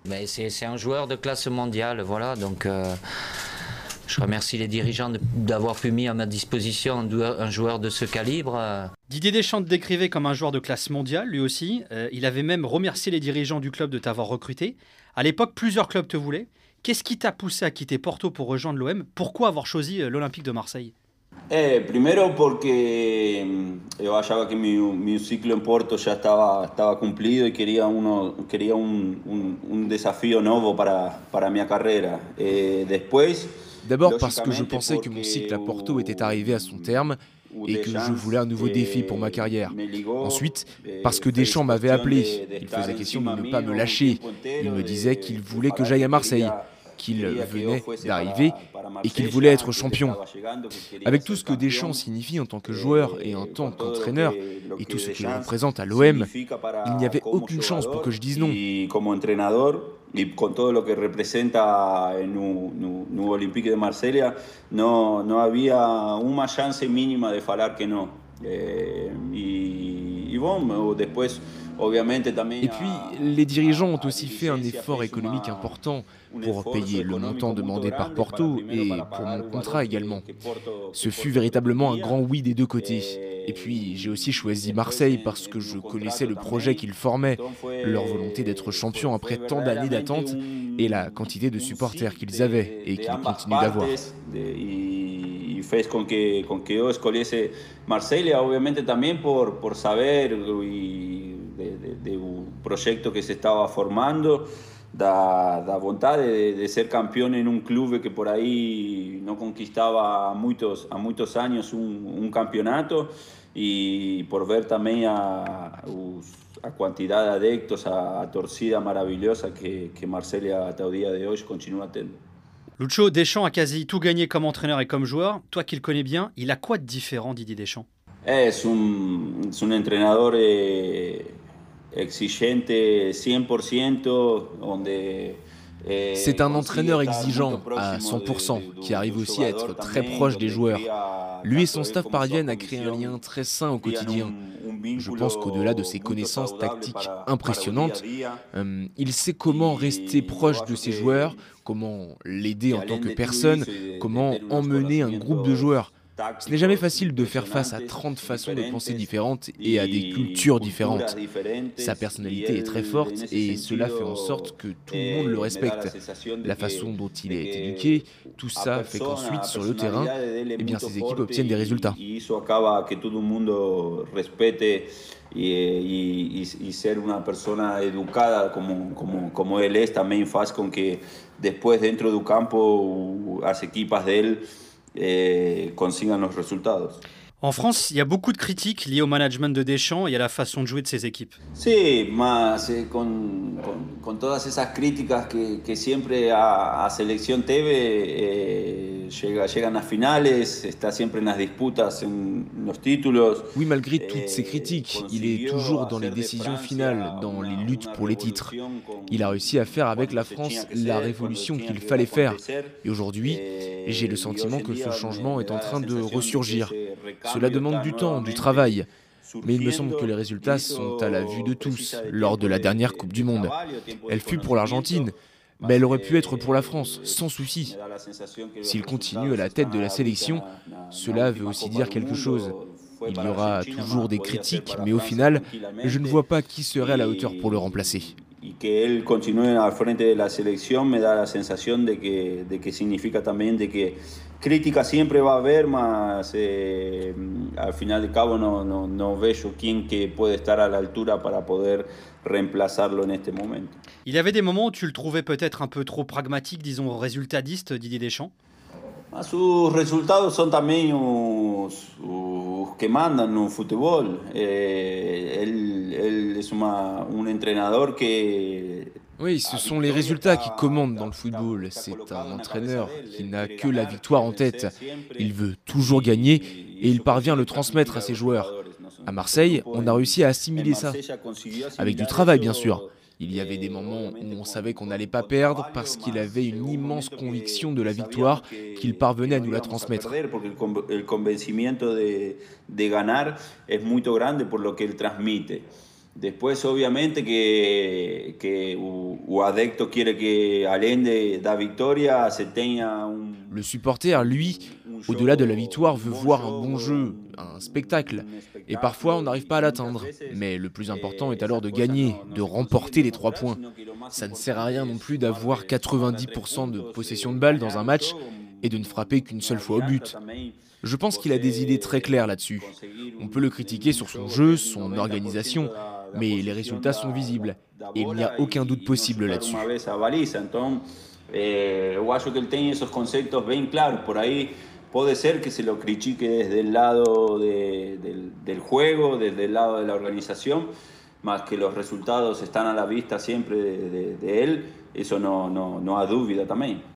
Mais c'est un joueur de classe mondiale, voilà. Donc, je remercie les dirigeants d'avoir pu mis à ma disposition un joueur de ce calibre. Didier Deschamps te décrivait comme un joueur de classe mondiale, lui aussi. Il avait même remercié les dirigeants du club de t'avoir recruté. À l'époque, plusieurs clubs te voulaient. Qu'est-ce qui t'a poussé à quitter Porto pour rejoindre l'OM? Pourquoi avoir choisi l'Olympique de Marseille? Primero porque yo achaba que mi ciclo en Porto ya estaba cumplido y quería un desafío nuevo para mi carrera. Después, D'abord parce que je pensais que mon cycle à Porto était arrivé à son terme et que je voulais un nouveau défi pour ma carrière. Ensuite, parce que Deschamps m'avait appelé. Il faisait question de ne pas me lâcher. Il me disait qu'il voulait que j'aille à Marseille, qu'il venait d'arriver et qu'il voulait être champion. Avec tout ce que Deschamps signifie en tant que joueur et en tant qu'entraîneur et tout ce qu'il représente à l'OM, il n'y avait aucune chance pour que je dise non. Y con todo lo que representa en Olympique de Marsella, no había una chance mínima de falar que no. Y bon, después, obviamente también. Et puis, les dirigeants ont aussi fait un effort économique important pour payer le montant demandé par Porto et pour mon contrat également. Ce fut véritablement un grand oui des deux côtés. Et puis, j'ai aussi choisi Marseille parce que je connaissais le projet qu'ils formaient, leur volonté d'être champion après tant d'années d'attente et la quantité de supporters qu'ils avaient et qu'ils continuent d'avoir. Y fez con que yo escogiese Marsella, obviamente también por saber de un proyecto que se estaba formando, da vontade de ser campeón en un club que por ahí no conquistaba a muchos años un campeonato, y por ver también a cantidad de adeptos, a torcida maravillosa que Marsella hasta el día de hoy continúa teniendo. Lucho, Deschamps a quasi tout gagné comme entraîneur et comme joueur. Toi qui le connais bien, il a quoi de différent, Didier Deschamps? Es un entrenador exigente 100%, donde... C'est un entraîneur exigeant à 100%, qui arrive aussi à être très proche des joueurs. Lui et son staff parviennent à créer un lien très sain au quotidien. Je pense qu'au-delà de ses connaissances tactiques impressionnantes, il sait comment rester proche de ses joueurs, comment l'aider en tant que personne, comment emmener un groupe de joueurs. Ce n'est jamais facile de faire face à 30 façons de penser différentes et à des cultures différentes. Sa personnalité est très forte et cela fait en sorte que tout le monde le respecte. La façon dont il est éduqué, tout ça fait qu'ensuite, sur le terrain, eh bien, ses équipes obtiennent des résultats. Y ser una persona educada como él es también hace con que después dentro del campo las equipas de él consigan los resultados. En France, il y a beaucoup de critiques liées au management de Deschamps et à la façon de jouer de ses équipes. Sí, más con todas esas críticas que siempre a selección TV llegan a finales, está siempre en las disputas, en los títulos. Oui, malgré toutes ces critiques, il est toujours dans les décisions finales, dans les luttes pour les titres. Il a réussi à faire avec la France la révolution qu'il fallait faire. Et aujourd'hui, j'ai le sentiment que ce changement est en train de ressurgir. Cela demande du temps, du travail. Mais il me semble que les résultats sont à la vue de tous lors de la dernière Coupe du Monde. Elle fut pour l'Argentine, mais elle aurait pu être pour la France, sans souci. S'il continue à la tête de la sélection, cela veut aussi dire quelque chose. Il y aura toujours des critiques, mais au final, je ne vois pas qui serait à la hauteur pour le remplacer. Y que él continúe al frente de la selección me da la sensación de que significa también de que crítica siempre va a haber, mas al final de cabo no veo quién que puede estar a la altura para poder reemplazarlo en este momento. Il y avait des moments où tu le trouvais peut-être un peu trop pragmatique, disons résultatiste, Didier Deschamps? Sus resultados son también los que mandan en el fútbol. Él es un entrenador que... Oui, ce sont les résultats qui commandent dans le football. C'est un entraîneur qui n'a que la victoire en tête. Il veut toujours gagner et il parvient à le transmettre à ses joueurs. À Marseille, on a réussi à assimiler ça. Avec du travail, bien sûr. Il y avait des moments où on savait qu'on n'allait pas perdre parce qu'il avait une immense conviction de la victoire qu'il parvenait à nous la transmettre. El convencimiento de ganar es muy grande por lo que él transmite. Después, obviamente, que o adepto quiere que, além da vitória, se tenha Le supporter, lui, au-delà de la victoire, veut voir un bon jeu, un spectacle. Et parfois, on n'arrive pas à l'atteindre. Mais le plus important est alors de gagner, de remporter les 3 points. Ça ne sert à rien non plus d'avoir 90% de possession de balle dans un match et de ne frapper qu'une seule fois au but. Je pense qu'il a des idées très claires là-dessus. On peut le critiquer sur son jeu, son organisation, mais les résultats sont visibles. Et il n'y a aucun doute possible là-dessus. Eu acho que ele tem esos conceptos bem claros. Por ahí puede ser que se lo critique desde el lado del juego, desde el lado de la organización, más que los resultados están a la vista siempre de él, eso no há dúvida também.